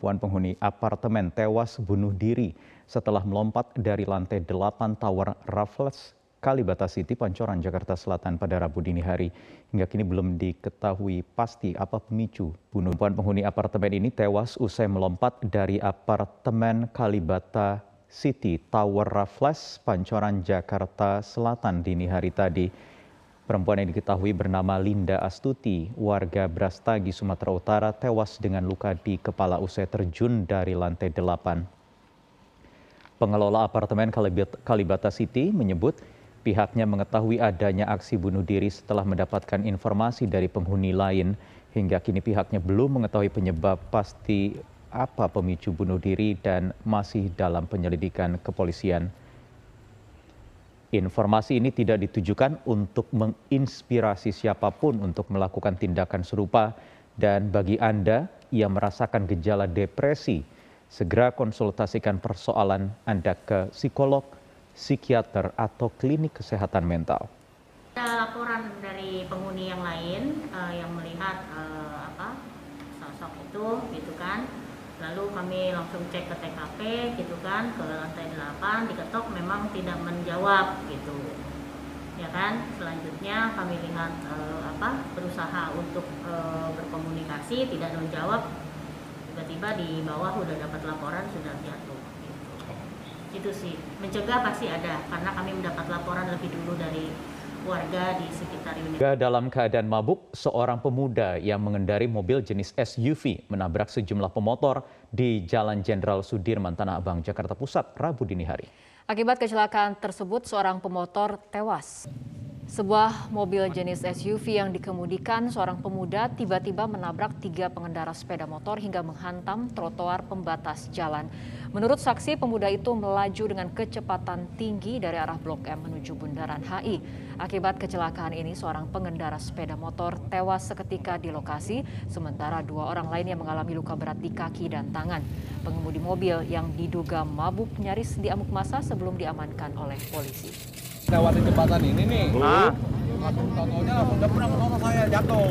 perempuan penghuni apartemen tewas bunuh diri setelah melompat dari lantai 8 Tower Raffles, Kalibata City, Pancoran, Jakarta Selatan pada Rabu dini hari. Hingga kini belum diketahui pasti apa pemicu bunuh. Perempuan penghuni apartemen ini tewas usai melompat dari apartemen Kalibata City, Tower Raffles, Pancoran, Jakarta Selatan dini hari tadi. Perempuan yang diketahui bernama Linda Astuti, warga Brastagi, Sumatera Utara, tewas dengan luka di kepala usai terjun dari lantai 8. Pengelola apartemen Kalibata City menyebut pihaknya mengetahui adanya aksi bunuh diri setelah mendapatkan informasi dari penghuni lain. Hingga kini pihaknya belum mengetahui penyebab pasti apa pemicu bunuh diri dan masih dalam penyelidikan kepolisian. Informasi ini tidak ditujukan untuk menginspirasi siapapun untuk melakukan tindakan serupa, dan bagi Anda yang merasakan gejala depresi, segera konsultasikan persoalan Anda ke psikolog, psikiater, atau klinik kesehatan mental. Ada laporan dari penghuni yang lain yang melihat sosok itu, gitu kan. Lalu kami langsung cek ke TKP, gitu kan, ke lantai 8, diketok memang tidak menjawab, gitu. Ya kan, selanjutnya kami lihat berusaha untuk berkomunikasi, tidak menjawab. Tiba-tiba di bawah udah dapat laporan sudah jatuh. Gitu. Itu sih, mencegah pasti ada, karena kami mendapat laporan lebih dulu dari warga di sekitar unit. Dalam keadaan mabuk, seorang pemuda yang mengendari mobil jenis SUV menabrak sejumlah pemotor di Jalan Jenderal Sudirman, Tanah Abang, Jakarta Pusat, Rabu dini hari. Akibat kecelakaan tersebut, seorang pemotor tewas. Sebuah mobil jenis SUV yang dikemudikan seorang pemuda tiba-tiba menabrak 3 pengendara sepeda motor hingga menghantam trotoar pembatas jalan. Menurut saksi, pemuda itu melaju dengan kecepatan tinggi dari arah Blok M menuju Bundaran HI. Akibat kecelakaan ini, seorang pengendara sepeda motor tewas seketika di lokasi, sementara 2 orang lainnya mengalami luka berat di kaki dan tangan. Pengemudi mobil yang diduga mabuk nyaris diamuk massa sebelum diamankan oleh polisi. Lewat jembatan ini nih, contohnya langsung nabrak motor saya, jatuh.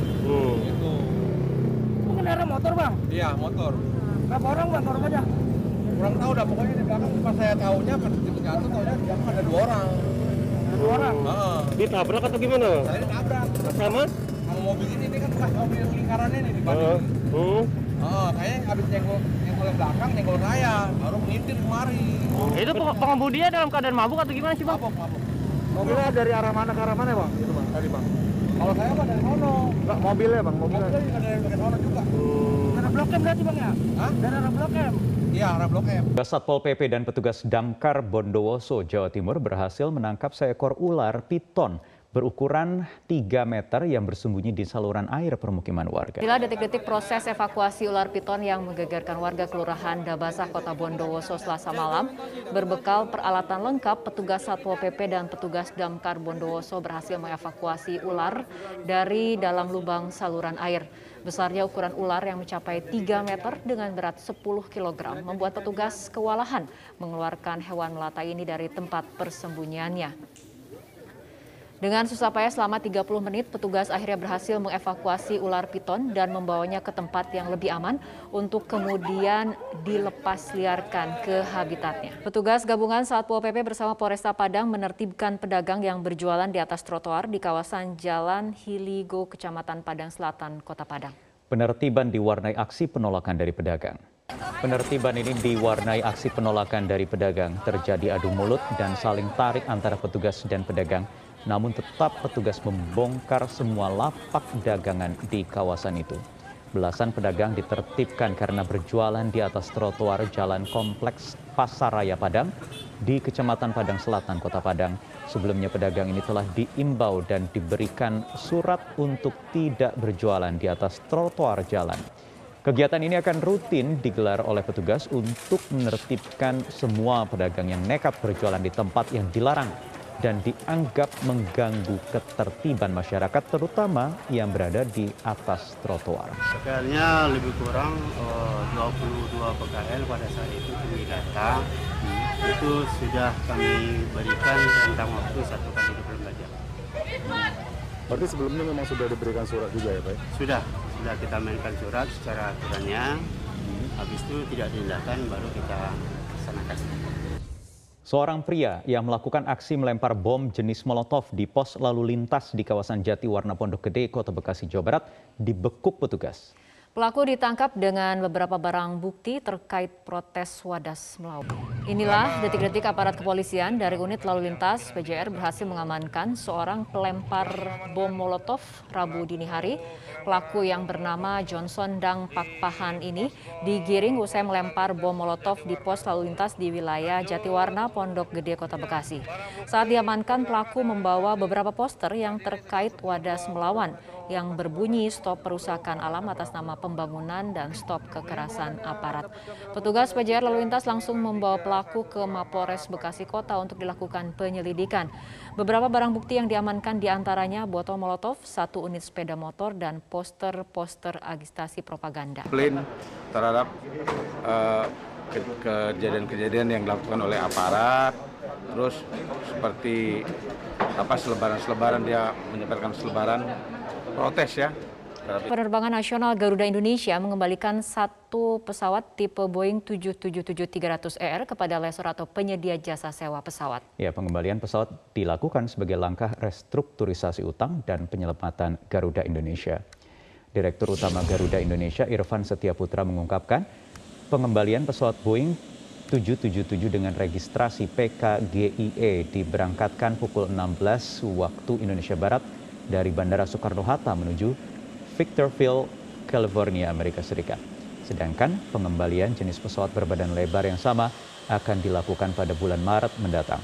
Gitu. Pengendara motor, Bang? Iya, motor. Berapa orang, Bang, korbannya? Kurang tahu dah, pokoknya di belakang pas saya tahunya pas itu jatuh, tahunya di belakang ada 2 orang. 2 orang? Ditabrak atau gimana? Saya ditabrak. Sama? Sama mobil ini kan bekas mobil lingkarannya nih di Bandung. Kayaknya habis nyenggol yang belakang, nyenggol saya, baru ngintir kemari. Itu pengemudinya dalam keadaan mabuk atau gimana sih, Bang? Mabuk. Mobilnya dari arah mana ke arah mana, Bang? Itu, Bang, tadi, Bang. Kalau saya mah dari sono. Enggak, mobilnya, Bang, mobilnya. Mobilnya juga dari sono juga. Dari Blok M berarti, Bang, ya? Hah? Dari arah Blok M? Iya, arah Blok M. Satpol PP dan petugas Damkar Bondowoso, Jawa Timur berhasil menangkap seekor ular piton berukuran 3 meter yang bersembunyi di saluran air permukiman warga. Inilah detik-detik proses evakuasi ular piton yang menggegerkan warga Kelurahan Dabasah, Kota Bondowoso Selasa malam. Berbekal peralatan lengkap, petugas Satpol PP dan petugas Damkar Bondowoso berhasil mengevakuasi ular dari dalam lubang saluran air. Besarnya ukuran ular yang mencapai 3 meter dengan berat 10 kg membuat petugas kewalahan mengeluarkan hewan melata ini dari tempat persembunyiannya. Dengan susah payah selama 30 menit, petugas akhirnya berhasil mengevakuasi ular piton dan membawanya ke tempat yang lebih aman untuk kemudian dilepas liarkan ke habitatnya. Petugas gabungan Satpol PP bersama Polresta Padang menertibkan pedagang yang berjualan di atas trotoar di kawasan Jalan Hiligo, Kecamatan Padang Selatan, Kota Padang. Penertiban diwarnai aksi penolakan dari pedagang. Penertiban ini diwarnai aksi penolakan dari pedagang. Terjadi adu mulut dan saling tarik antara petugas dan pedagang. Namun tetap petugas membongkar semua lapak dagangan di kawasan itu. Belasan pedagang ditertibkan karena berjualan di atas trotoar Jalan Kompleks Pasaraya Padang di Kecamatan Padang Selatan, Kota Padang. Sebelumnya pedagang ini telah diimbau dan diberikan surat untuk tidak berjualan di atas trotoar jalan. Kegiatan ini akan rutin digelar oleh petugas untuk menertibkan semua pedagang yang nekat berjualan di tempat yang dilarang dan dianggap mengganggu ketertiban masyarakat, terutama yang berada di atas trotoar. Sebenarnya lebih kurang 22 PKL pada saat itu kami datang, itu sudah kami berikan rentang waktu 1 kali 24 jam. Berarti sebelumnya memang sudah diberikan surat juga ya Pak? Sudah kita mainkan surat secara aturannya. Habis itu tidak diindahkan baru kita laksanakan. Seorang pria yang melakukan aksi melempar bom jenis Molotov di pos lalu lintas di kawasan Jatiwarna Pondok Gede, Kota Bekasi, Jawa Barat, dibekuk petugas. Pelaku ditangkap dengan beberapa barang bukti terkait protes Wadas melawan. Inilah detik-detik aparat kepolisian dari unit lalu lintas PJR berhasil mengamankan seorang pelempar bom Molotov Rabu dini hari. Pelaku yang bernama Johnson Dang Pakpahan ini digiring usai melempar bom Molotov di pos lalu lintas di wilayah Jatiwarna Pondok Gede, Kota Bekasi. Saat diamankan, pelaku membawa beberapa poster yang terkait Wadas melawan yang berbunyi stop perusakan alam atas nama pembangunan dan stop kekerasan aparat. Petugas PJR lalu lintas langsung membawa pelaku ke Mapolres Bekasi Kota untuk dilakukan penyelidikan. Beberapa barang bukti yang diamankan diantaranya botol Molotov, 1 unit sepeda motor, dan poster-poster agitasi propaganda. Komplain terhadap kejadian-kejadian yang dilakukan oleh aparat, terus seperti selebaran dia menyebarkan selebaran protes ya. Penerbangan nasional Garuda Indonesia mengembalikan 1 pesawat tipe Boeing 777-300ER kepada lessor atau penyedia jasa sewa pesawat. Ya, pengembalian pesawat dilakukan sebagai langkah restrukturisasi utang dan penyelamatan Garuda Indonesia. Direktur Utama Garuda Indonesia Irfan Setiaputra mengungkapkan pengembalian pesawat Boeing 777 dengan registrasi PKGIE diberangkatkan pukul 16 waktu Indonesia Barat dari Bandara Soekarno-Hatta menuju Victorville, California, Amerika Serikat. Sedangkan pengembalian jenis pesawat berbadan lebar yang sama akan dilakukan pada bulan Maret mendatang.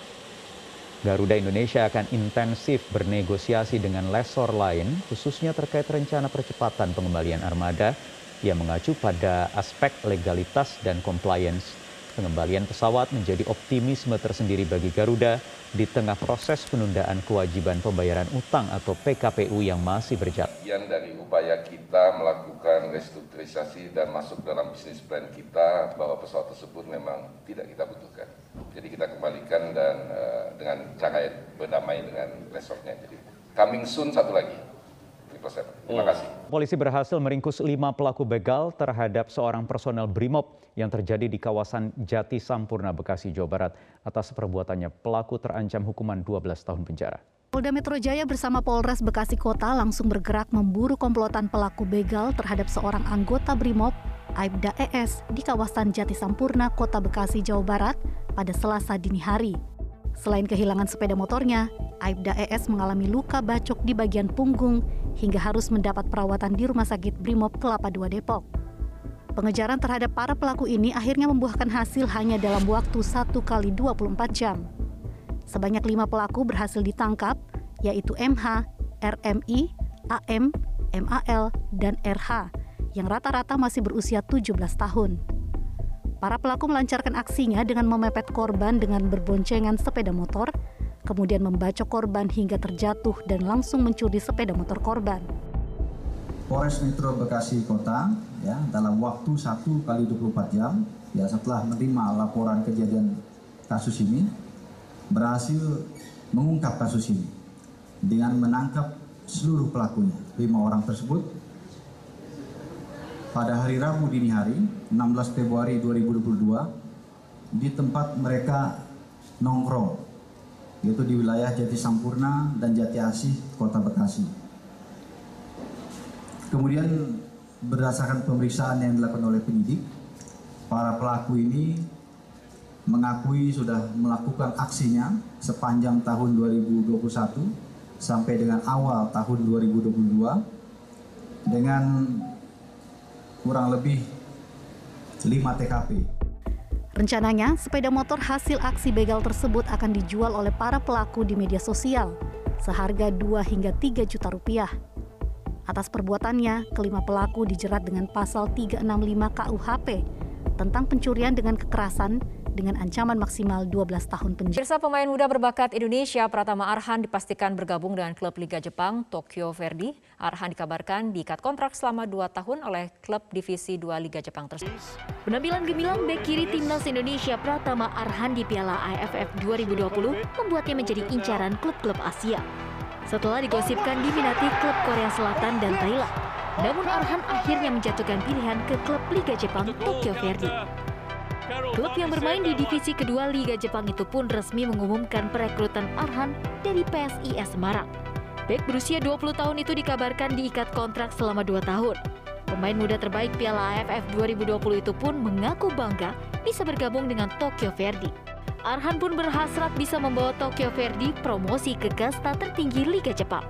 Garuda Indonesia akan intensif bernegosiasi dengan lessor lain, khususnya terkait rencana percepatan pengembalian armada yang mengacu pada aspek legalitas dan compliance. Pengembalian pesawat menjadi optimisme tersendiri bagi Garuda di tengah proses penundaan kewajiban pembayaran utang atau PKPU yang masih berjalan. Bagian dari upaya kita melakukan restrukturisasi dan masuk dalam bisnis plan kita bahwa pesawat tersebut memang tidak kita butuhkan. Jadi kita kembalikan dan dengan cara berdamai dengan lesornya. Jadi coming soon satu lagi. Terima kasih. Polisi berhasil meringkus 5 pelaku begal terhadap seorang personel Brimob yang terjadi di kawasan Jati Sampurna, Bekasi, Jawa Barat. Atas perbuatannya, pelaku terancam hukuman 12 tahun penjara. Polda Metro Jaya bersama Polres Bekasi Kota langsung bergerak memburu komplotan pelaku begal terhadap seorang anggota Brimob, Aibda ES, di kawasan Jati Sampurna, Kota Bekasi, Jawa Barat pada Selasa dini hari. Selain kehilangan sepeda motornya, Aibda ES mengalami luka bacok di bagian punggung hingga harus mendapat perawatan di Rumah Sakit Brimob Kelapa II Depok. Pengejaran terhadap para pelaku ini akhirnya membuahkan hasil hanya dalam waktu 1 kali 24 jam. Sebanyak 5 pelaku berhasil ditangkap, yaitu MH, RMI, AM, MAL, dan RH, yang rata-rata masih berusia 17 tahun. Para pelaku melancarkan aksinya dengan memepet korban dengan berboncengan sepeda motor, kemudian membacok korban hingga terjatuh dan langsung mencuri sepeda motor korban. Polres Metro Bekasi Kota ya dalam waktu 1 kali 24 jam ya setelah menerima laporan kejadian kasus ini berhasil mengungkap kasus ini dengan menangkap seluruh pelakunya, 5 orang tersebut pada hari Rabu dini hari 16 Februari 2022 di tempat mereka nongkrong, yaitu di wilayah Jati Sampurna dan Jati Asih, Kota Bekasi. Kemudian berdasarkan pemeriksaan yang dilakukan oleh penyidik, para pelaku ini mengakui sudah melakukan aksinya sepanjang tahun 2021 sampai dengan awal tahun 2022 dengan kurang lebih 5 TKP. Rencananya, sepeda motor hasil aksi begal tersebut akan dijual oleh para pelaku di media sosial seharga 2 hingga 3 juta rupiah. Atas perbuatannya, kelima pelaku dijerat dengan pasal 365 KUHP tentang pencurian dengan kekerasan dengan ancaman maksimal 12 tahun penjara. Pemirsa, pemain muda berbakat Indonesia Pratama Arhan dipastikan bergabung dengan klub Liga Jepang Tokyo Verdy. Arhan dikabarkan diikat kontrak selama 2 tahun oleh klub divisi 2 Liga Jepang tersebut. Penampilan gemilang bek kiri timnas Indonesia Pratama Arhan di Piala AFF 2020 membuatnya menjadi incaran klub-klub Asia. Setelah digosipkan diminati klub Korea Selatan dan Thailand. Namun Arhan akhirnya menjatuhkan pilihan ke klub Liga Jepang Tokyo Verdy. Klub yang bermain di divisi kedua Liga Jepang itu pun resmi mengumumkan perekrutan Arhan dari PSIS Semarang. Bek berusia 20 tahun itu dikabarkan diikat kontrak selama 2 tahun. Pemain muda terbaik Piala AFF 2020 itu pun mengaku bangga bisa bergabung dengan Tokyo Verdy. Arhan pun berhasrat bisa membawa Tokyo Verdy promosi ke kasta tertinggi Liga Jepang.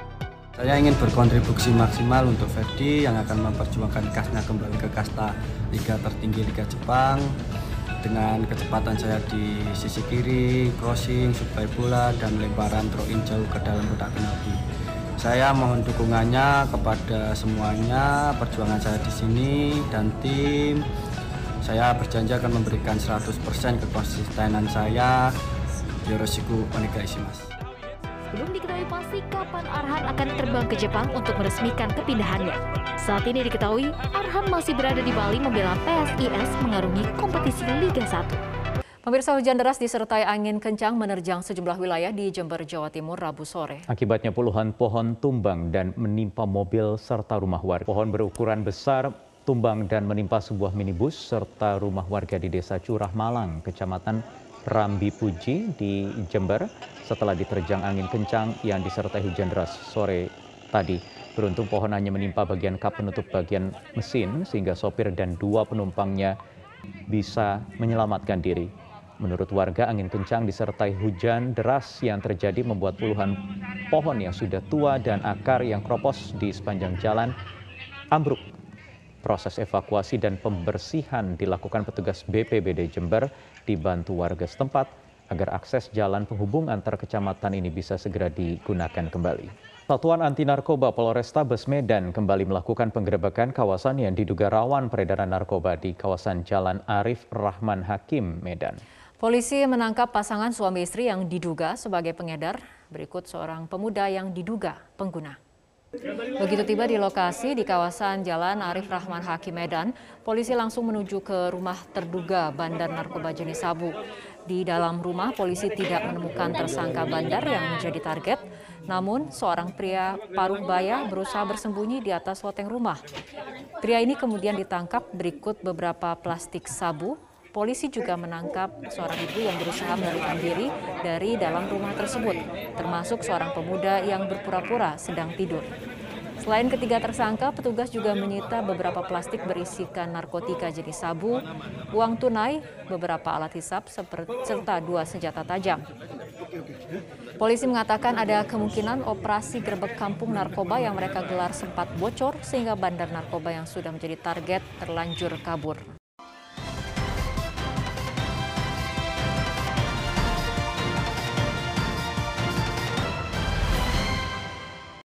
Saya ingin berkontribusi maksimal untuk Verdy yang akan memperjuangkan kasnya kembali ke kasta Liga tertinggi Liga Jepang. Dengan kecepatan saya di sisi kiri, crossing, suplai bola, dan lemparan throw-in jauh ke dalam kotak penalti. Saya mohon dukungannya kepada semuanya, perjuangan saya di sini dan tim. Saya berjanji akan memberikan 100% kekonsistenan saya. Yoroshiku onegaishimasu. Belum diketahui pasti kapan Arhan akan terbang ke Jepang untuk meresmikan kepindahannya. Saat ini diketahui Arhan masih berada di Bali membela PSIS mengarungi kompetisi Liga 1. Pemirsa, hujan deras disertai angin kencang menerjang sejumlah wilayah di Jember, Jawa Timur Rabu sore. Akibatnya puluhan pohon tumbang dan menimpa mobil serta rumah warga. Pohon berukuran besar tumbang dan menimpa sebuah minibus serta rumah warga di Desa Curah Malang, Kecamatan Rambi Puji di Jember setelah diterjang angin kencang yang disertai hujan deras sore tadi. Beruntung pohon hanya menimpa bagian kap penutup bagian mesin sehingga sopir dan 2 penumpangnya bisa menyelamatkan diri. Menurut warga, angin kencang disertai hujan deras yang terjadi membuat puluhan pohon yang sudah tua dan akar yang kropos di sepanjang jalan ambruk. Proses evakuasi dan pembersihan dilakukan petugas BPBD Jember dibantu warga setempat agar akses jalan penghubung antar kecamatan ini bisa segera digunakan kembali. Satuan Anti Narkoba Polrestabes Medan kembali melakukan penggerebekan kawasan yang diduga rawan peredaran narkoba di kawasan Jalan Arif Rahman Hakim, Medan. Polisi menangkap pasangan suami istri yang diduga sebagai pengedar, berikut seorang pemuda yang diduga pengguna. Begitu tiba di lokasi di kawasan Jalan Arif Rahman Hakim Medan, polisi langsung menuju ke rumah terduga bandar narkoba jenis sabu. Di dalam rumah, polisi tidak menemukan tersangka bandar yang menjadi target, namun seorang pria paruh baya berusaha bersembunyi di atas loteng rumah. Pria ini kemudian ditangkap berikut beberapa plastik sabu. Polisi juga menangkap seorang ibu yang berusaha melarikan diri dari dalam rumah tersebut, termasuk seorang pemuda yang berpura-pura sedang tidur. Selain ketiga tersangka, petugas juga menyita beberapa plastik berisikan narkotika jenis sabu, uang tunai, beberapa alat hisap, serta 2 senjata tajam. Polisi mengatakan ada kemungkinan operasi gerbek kampung narkoba yang mereka gelar sempat bocor sehingga bandar narkoba yang sudah menjadi target terlanjur kabur.